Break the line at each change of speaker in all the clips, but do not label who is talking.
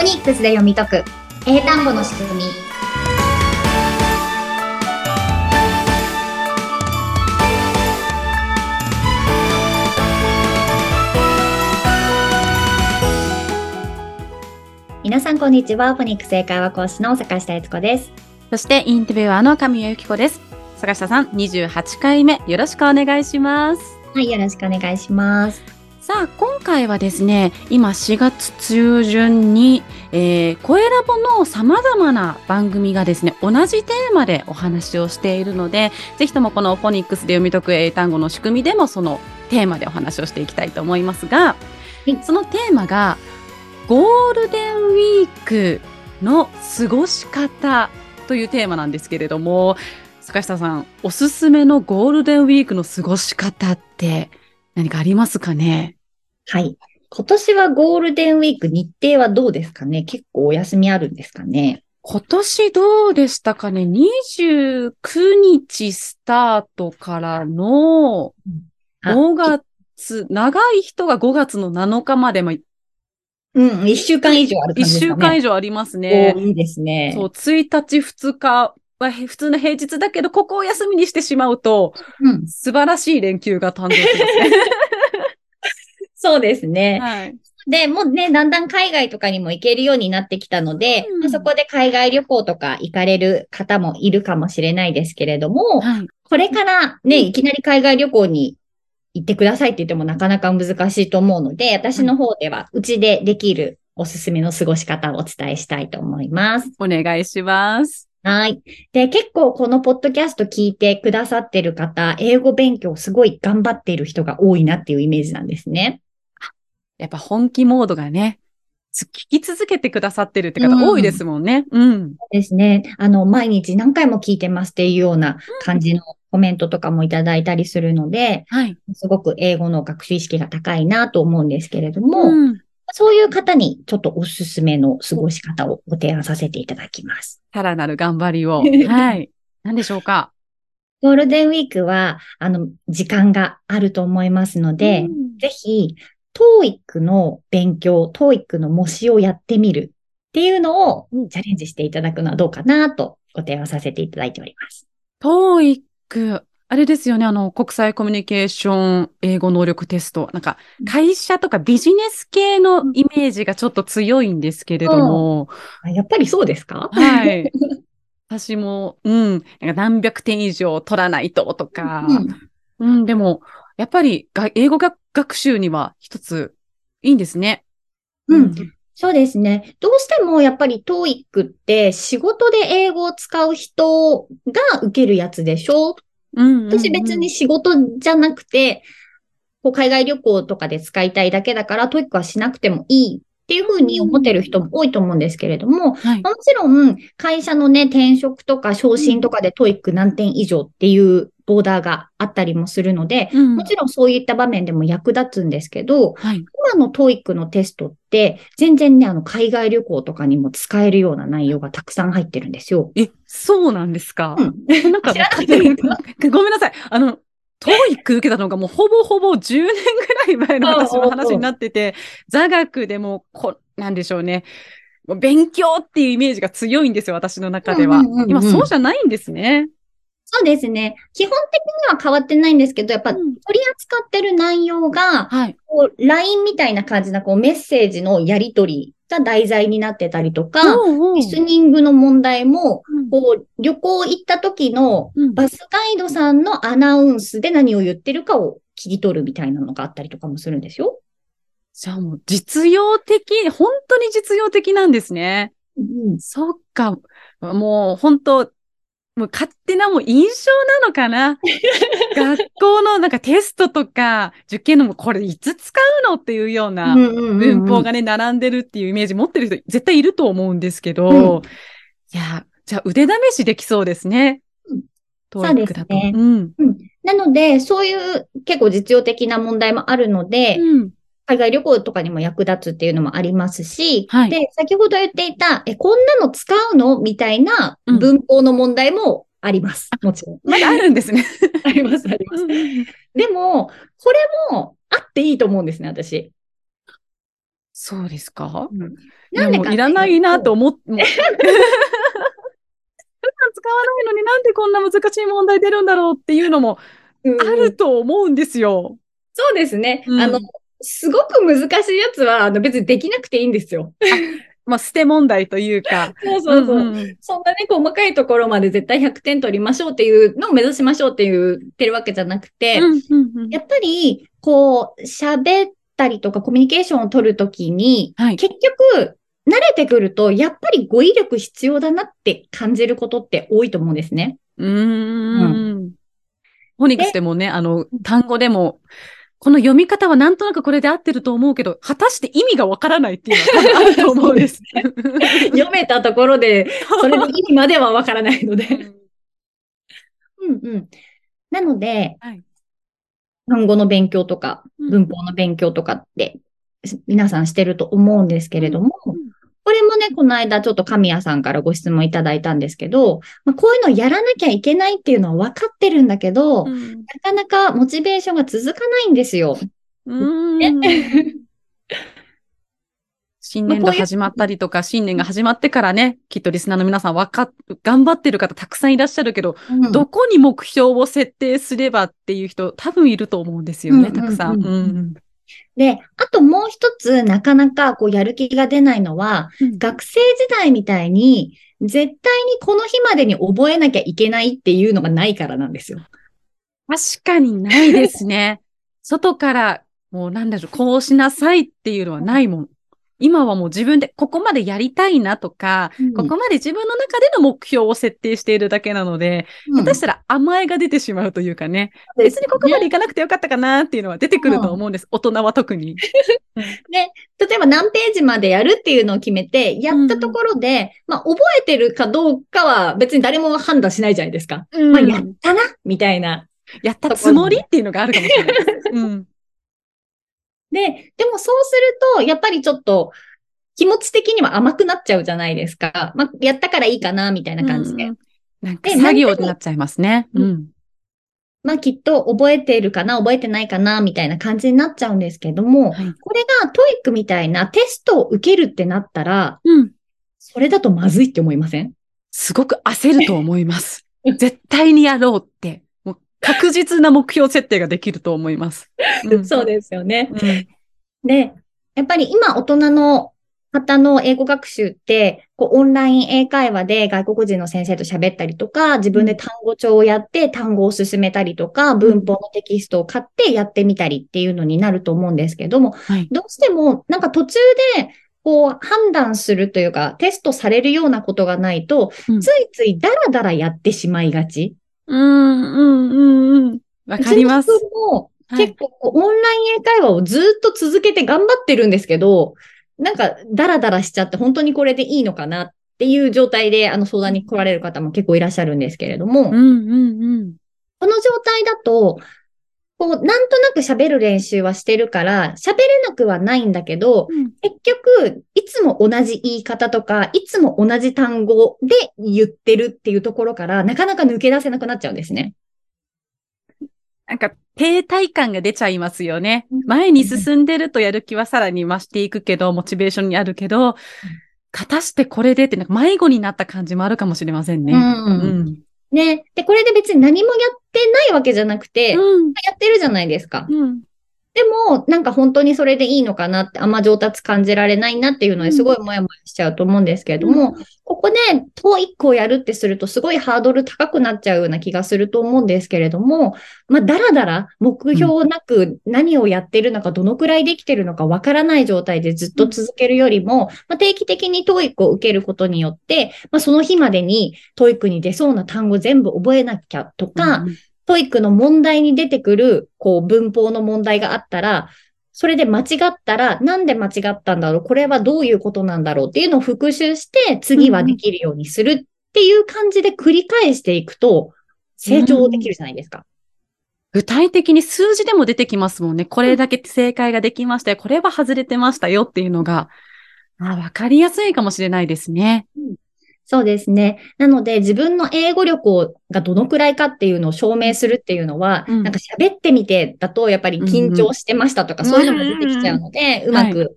ニックスで読み解く英単語の仕組み。皆さんこんにちは。フォニックス英会話講師の坂下悦子です。
そしてインタビュアーの神谷由紀子です。坂下さん、28回目よろしくお願いします。
はい、よろしくお願いします。
さあ、今回はですね、今4月中旬に、声ラボの様々な番組がですね、同じテーマでお話をしているので、ぜひともこのフォニックスで読み解く英単語の仕組みでもそのテーマでお話をしていきたいと思いますが、そのテーマがゴールデンウィークの過ごし方というテーマなんですけれども、坂下さん、おすすめのゴールデンウィークの過ごし方って何かありますかね？
はい。今年はゴールデンウィーク日程はどうですかね？結構お休みあるんですかね？
今年どうでしたかね？ 29 日スタートからの5月、長い人が5月の7日までも
1週間以上ある
1
感じですかね。
週間以上ありますね。
いいですね。
そう、1日2日は普通の平日だけど、ここを休みにしてしまうと、素晴らしい連休が誕生しますね。
そうですね。
はい。
で、もうね、だんだん海外とかにも行けるようになってきたので、そこで海外旅行とか行かれる方もいるかもしれないですけれども、これからね、いきなり海外旅行に行ってくださいって言ってもなかなか難しいと思うので、私の方ではうちでできるおすすめの過ごし方をお伝えしたいと思います。
お願いします。
はい。で、結構このポッドキャスト聞いてくださってる方、英語勉強すごい頑張っている人が多いなっていうイメージなんですね。
やっぱ本気モードがね、聞き続けてくださってるって方多いですもんね。そう
ですね。毎日何回も聞いてますっていうような感じのコメントとかもいただいたりするので、すごく英語の学習意識が高いなと思うんですけれども、そういう方にちょっとおすすめの過ごし方をご提案させていただきます。
さらなる頑張りを。はい。何でしょうか？
ゴールデンウィークは、時間があると思いますので、ぜひ、TOEIC の勉強、TOEIC の模試をやってみるっていうのをチャレンジしていただくのはどうかなとご提案させていただいております。
TOEIC、あれですよね、国際コミュニケーション英語能力テスト。なんか、会社とかビジネス系のイメージがちょっと強いんですけれども。
やっぱりそうですか？
はい。私も、なんか何百点以上取らないととか。でも、やっぱり英語学習には一ついいんですね。
そうですね。どうしてもやっぱり TOEIC って仕事で英語を使う人が受けるやつでしょ？私別に仕事じゃなくて、海外旅行とかで使いたいだけだから TOEIC はしなくてもいいっていうふうに思ってる人も多いと思うんですけれども、もちろん会社のね、転職とか昇進とかで TOEIC 何点以上っていうボーダーがあったりもするので、もちろんそういった場面でも役立つんですけど、今の TOEIC のテストって全然ね、海外旅行とかにも使えるような内容がたくさん入ってるんですよ。
そうなんですか？
なんか知らなかったですか？
ごめんなさい。TOEIC 受けたのがもうほぼほぼ10年ぐらい前の私の話になってて、座学でもなんでしょうね。勉強っていうイメージが強いんですよ、私の中では。今そうじゃないんですね。
そうですね。基本的には変わってないんですけど、やっぱ取り扱ってる内容が、LINE みたいな感じなメッセージのやり取りが題材になってたりとか、リスニングの問題も、旅行行った時のバスガイドさんのアナウンスで何を言ってるかを切り取るみたいなのがあったりとかもするんですよ。
じゃあもう実用的、本当に実用的なんですね。そっか。もう本当、もう勝手なもう印象なのかな。学校のなんかテストとか受験のもこれいつ使うのっていうような文法がね、並んでるっていうイメージ持ってる人絶対いると思うんですけど、いや、じゃあ腕試しできそうですね。
そうですね。なので、そういう結構実用的な問題もあるので、海外旅行とかにも役立つっていうのもありますし、で、先ほど言っていた、こんなの使うのみたいな文法の問題もあります。もちろん。
まだあるんですね。
あります、あります。でも、これもあっていいと思うんですね、私。
そうですか？
うん、
いや、
なんでかって
もういらない
いうと、
なと思って、もう使わないのになんでこんな難しい問題出るんだろうっていうのも
う
あ
んうん、
ると思うんですよ。
そうですね。
うん。
すごく難しいやつは、別にできなくていいんですよ。
あ、まあ、捨て問題というか。
そう
うん
そうそう。
うん。
そんなね、細かいところまで絶対100点取りましょうっていうのを目指しましょうって言ってるわけじゃなくて、
うんうんうん。
やっぱり、こう、喋ったりとかコミュニケーションを取るときに、
はい。
結局、慣れてくると、やっぱり語彙力必要だなって感じることって多いと思うんですね。
う
うん。
ーん。フォニックス
で、
でもね、単語でも、この読み方はなんとなくこれで合ってると思うけど、果たして意味がわからないっていうのは多分あると思
そうです。
うんです。
読めたところで、それの意味まではわからないので。
うん。
うんうん。なので、
はい。
単語の勉強とか、
うん。
文法の勉強とかって皆さんしてると思うんですけ
うん。
れども、
うん。
これもね、この間ちょっと神谷さんからご質問いただいたんですけど、こういうのやらなきゃいけないっていうのは分かってるんだけど、
うん。
なかなかモチベーションが続かないんですよ。
う
ね。
ーん。新年度
こういう、
始まったりとか、新年が始まってからね、きっとリスナーの皆さん頑張ってる方たくさんいらっしゃるけど、
うん、
どこに目標を設定すればっていう人多分いると思うんですよ
うん、
ね、たくさん。
うん、
う
うん。
ん。
で、あともう一つなかなかこうやる気が出ないのは、
うん。
学生時代みたいに絶対にこの日までに覚えなきゃいけないっていうのがないからなんですよ。
確かにないですね。外から、もうなんだろう、こうしなさいっていうのはないもん。今はもう自分でここまでやりたいなとか、
うん、
ここまで自分の中での目標を設定しているだけなので、
うん。
下手したら甘えが出てしまうというかね、
そうです
別にここまでい
よね。
かなくてよかったかなっていうのは出てくると
うん。
思うんです。大人は特に。うん。
で、例えば何ページまでやるっていうのを決めて、やったと
うん。
ころで、覚えてるかどうかは別に誰も判断しないじゃないですか。
う
やっ
ん。
たな、みたいな
やった
ところまで。
つもりっていうのがあるかもしれないです。うん。
でもそうすると、やっぱりちょっと気持ち的には甘くなっちゃうじゃないですか。やったからいいかな、みたいな
う
感じで。
ん。なんか
で、
作
何回も、
業になっちゃいますね。うん。
きっと覚えてるかな、覚えてないかな、みたいな感じになっちゃうんですけども、
はい。
これがトイックみたいなテストを受けるってなったら、
うん。
それだとまずいって思いません？
すごく焦ると思います。絶対にやろうって、もう確実な目標設定ができると思います。うん。
そうですよね。
うん。
で、やっぱり今大人の方の英語学習って、オンライン英会話で外国人の先生と喋ったりとか、自
うん。
分で単語帳をやって単語を進めたりとか、
うん。
文法のテキストを買ってやってみたりっていうのになると思うんですけども、
はい。
どうしてもなんか途中で判断するというか、テストされるようなことがないと、
うん。
ついついダラダラやってしまいがち。
うん、うん、うん、うん。わか
うちの自
ります。
分も
はい。
結構オンライン英会話をずっと続けて頑張ってるんですけど、なんかダラダラしちゃって本当にこれでいいのかなっていう状態で相談に来られる方も結構いらっしゃるんですけれども、
うん、うん、うん。
この状態だと、なんとなく喋る練習はしてるから、喋れなくはないんだけど、
うん。
結局、いつも同じ言い方とか、いつも同じ単語で言ってるっていうところから、なかなか抜け出せなくなっちゃうんですね。
なんか、停滞感が出ちゃいますよね。
うん
前に進んでるとやる気はさらに増していくけど、モチベーションにあるけど、果たしてこれでって、なんか迷子になった感じもあるかもしれません
う
ね。う
ん。
ん。
ね。で、これで別に何もやってないわけじゃなく
う
て、
ん。
やってるじゃないですか。
うん。
でも、なんか本当にそれでいいのかなって、あんま上達感じられないなっていうのです
うん。
ごいもやもやしちゃうと思うんですけれど
うん。
も、ここで TOEIC をやるってするとすごいハードル高くなっちゃうような気がすると思うんですけれども、だらだら目
うん。
標なく何をやってるのか、どのくらいできてるのかわからない状態でずっと
うん。
続けるよりも、定期的に TOEIC を受けることによって、その日までに TOEIC に出そうな単語全部覚えなきゃとか、
うん。
トイックの問題に出てくる、文法の問題があったら、それで間違ったら、なんで間違ったんだろう、これはどういうことなんだろうっていうのを復習して、次はで
うん。
きるようにするっていう感じで繰り返していくと、
うん。
成長できるじゃないですか。
具体的に数字でも出てきますもんね。こ
うん、
れだけ正解ができましたよ。これは外れてましたよっていうのが、わかりやすいかもしれないですね。
うん、そうですね。なので、自分の英語力がどのくらいかっていうのを証
うん。
明するっていうのは、
うん。
なんか喋ってみてだと、やっぱり
うん。
緊張してましたとか、
うん。
そういうのも出てきちゃう
うん。
ので、うま
はい。
く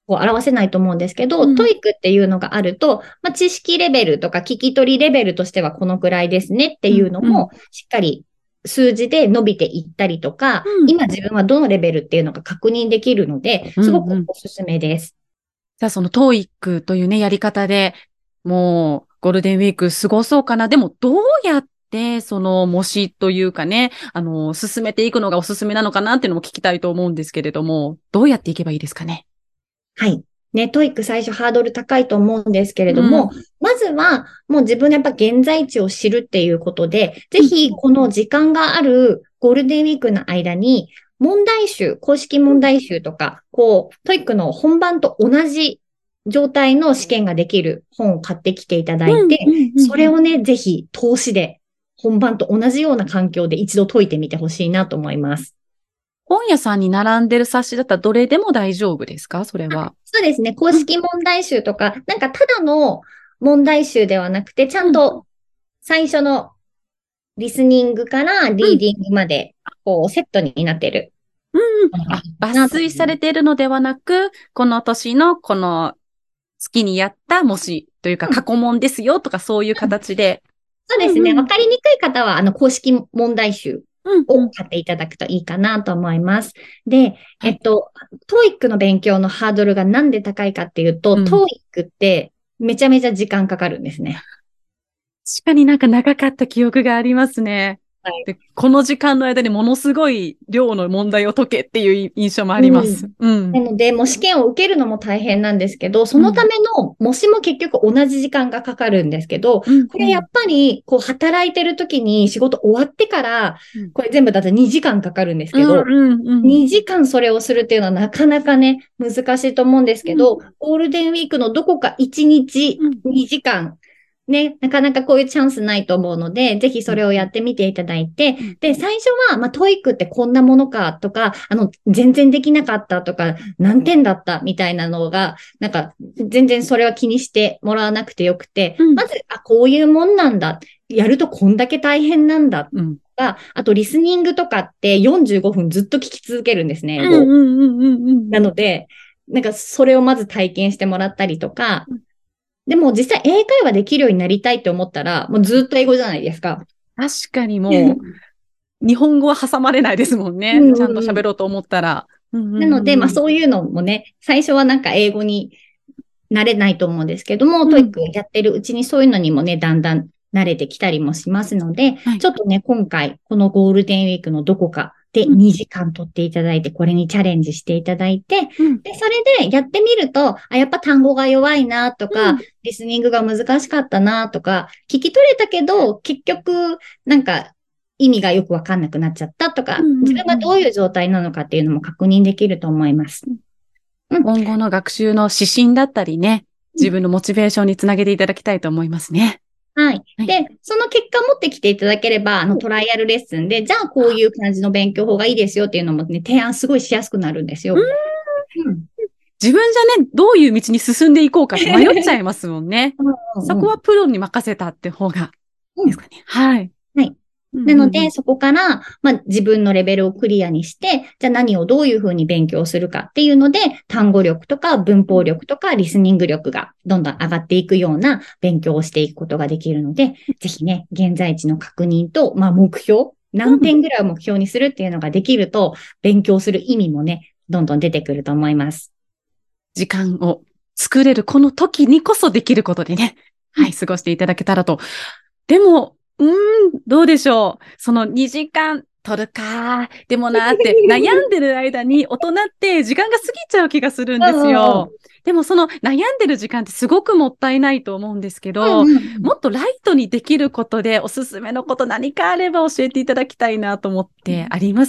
を表せないと思うんですけど、
うん
トイックっていうのがあると、知識レベルとか聞き取りレベルとしてはこのくらいですねっていうのも、しっかり数字で伸びていったりとか、今自分はどのレベルっていうのが確認できるので、すごくおすすめです。
じゃあその TOEIC というね、やり方でもうゴールデンウィーク過ごそうかな。でもどうやってその模試というかね、進めていくのがおすすめなのかなっていうのも聞きたいと思うんですけれども、どうやっていけばいいですかね。
はい。ね、トイック最初ハードル高いと思うんですけれども、まずはもう自分のやっぱ現在地を知るっていうことで、ぜひこの時間があるゴールデンウィークの間に問題集、公式問題集とか、トイックの本番と同じ状態の試験ができる本を買ってきていただいて、それをね、ぜひ通しで本番と同じような環境で一度解いてみてほしいなと思います。
本屋さんに並んでる冊子だったらどれでも大丈夫ですか？それは。
そうですね。公式問題集とか、なんかただの問題集ではなくて、ちゃんと最初のリスニングからリーディングまで、セットになってる。
抜粋されているのではなく、この年のこの月にやった模試というか過去問ですよとかそういう形で。
そうですね。わかりにくい方は、公式問題集を買っていただくといいかなと思います。で、TOEIC の勉強のハードルがなんで高いかっていうと、TOEIC ってめちゃめちゃ時間かかるんですね。
確かになんか長かった記憶がありますね。はい、でこの時間の間にものすごい量の問題を解けっていう印象もあります。な
ので、もう試験を受けるのも大変なんですけど、そのための模試も結局同じ時間がかかるんですけど、これやっぱり、働いてる時に仕事終わってから、これ全部だって2時間かかるんですけど、2時間それをするっていうのはなかなかね、難しいと思うんですけど、ゴールデンウィークのどこか1日2時間、ね、なかなかこういうチャンスないと思うので、ぜひそれをやってみていただいて、で、最初は、トイックってこんなものかとか、全然できなかったとか、何点だったみたいなのが、なんか、全然それは気にしてもらわなくてよくて、まず、こういうもんなんだ。やるとこんだけ大変なんだ。あと、リスニングとかって45分ずっと聞き続けるんですね、英語。なので、なんか、それをまず体験してもらったりとか、でも実際英会話できるようになりたいって思ったら、もうずっと英語じゃないですか。
確かにもう、日本語は挟まれないですもんね。ちゃんと喋ろうと思ったら。
なので、そういうのもね、最初はなんか英語になれないと思うんですけども、トイックやってるうちにそういうのにもね、だんだん慣れてきたりもしますので、ちょっとね、今回、このゴールデンウィークのどこかで2時間取っていただいて、これにチャレンジしていただいて、で、それでやってみると、やっぱ単語が弱いなとか、リスニングが難しかったなとか、聞き取れたけど、結局、なんか、意味がよくわかんなくなっちゃったとか、自分がどういう状態なのかっていうのも確認できると思います。
今後の学習の指針だったりね、自分のモチベーションにつなげていただきたいと思いますね。
はい。で、その結果持ってきていただければ、トライアルレッスンで、じゃあこういう感じの勉強法がいいですよっていうのもね、提案すごいしやすくなるんですよ。
自分じゃね、どういう道に進んでいこうかって迷っちゃいますもんね。そこはプロに任せたって方がいいですかね。はい。
はい。なので、そこから、自分のレベルをクリアにして、じゃあ何をどういうふうに勉強するかっていうので、単語力とか文法力とかリスニング力がどんどん上がっていくような勉強をしていくことができるので、ぜひね、現在地の確認と、目標、何点ぐらいを目標にするっていうのができると、勉強する意味もね、どんどん出てくると思います。
時間を作れるこの時にこそできることでね、はい、過ごしていただけたらと。でも、どうでしょう。その2時間取るか。でもなって悩んでる間に大人って時間が過ぎちゃう気がするんですよ。でもその悩んでる時間ってすごくもったいないと思うんですけど、もっとライトにできることでおすすめのこと何かあれば教えていただきたいなと思ってあります？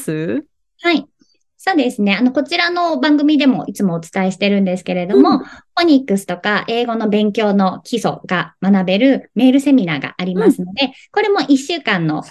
はい。そうですね。こちらの番組でもいつもお伝えしてるんですけれども、フォニックスとか英語の勉強の基礎が学べるメールセミナーがありますので、これも1週間の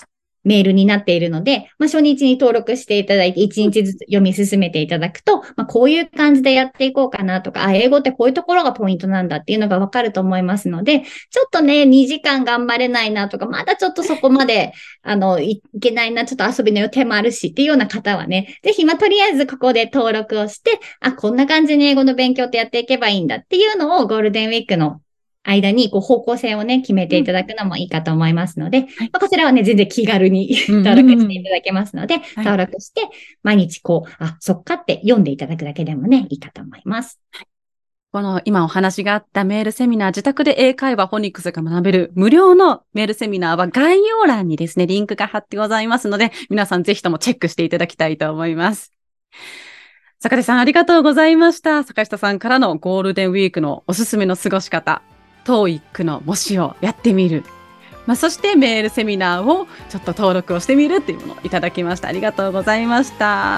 メールになっているので、初日に登録していただいて、1日ずつ読み進めていただくと、こういう感じでやっていこうかなとか、英語ってこういうところがポイントなんだっていうのがわかると思いますので、ちょっとね、2時間頑張れないなとか、まだちょっとそこまで、いけないな、ちょっと遊びの予定もあるしっていうような方はね、ぜひ、とりあえずここで登録をして、こんな感じに英語の勉強ってやっていけばいいんだっていうのをゴールデンウィークの間に方向性をね、決めていただくのもいいかと思いますので、こちらはね、全然気軽に登録していただけますので、登録して、毎日そっかって読んでいただくだけでもね、いいかと思います。
この今お話があったメールセミナー、自宅で英会話フォニックスが学べる無料のメールセミナーは概要欄にですね、リンクが貼ってございますので、皆さんぜひともチェックしていただきたいと思います。坂手さんありがとうございました。坂下さんからのゴールデンウィークのおすすめの過ごし方、TOEIC の模試をやってみる。そしてメールセミナーをちょっと登録をしてみるっていうものをいただきました。ありがとうございました。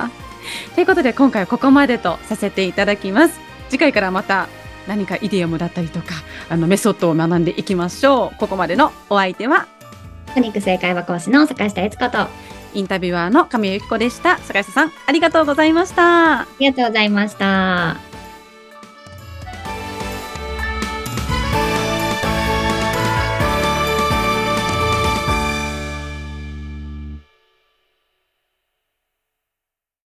ということで今回はここまでとさせていただきます。次回からまた何かイディオムだったりとかメソッドを学んでいきましょう。ここまでのお相手は
フォニックス英会話講師の坂下悦子と
インタビュアーの神谷由紀子でした。坂下さんありがとうございました。
ありがとうございました。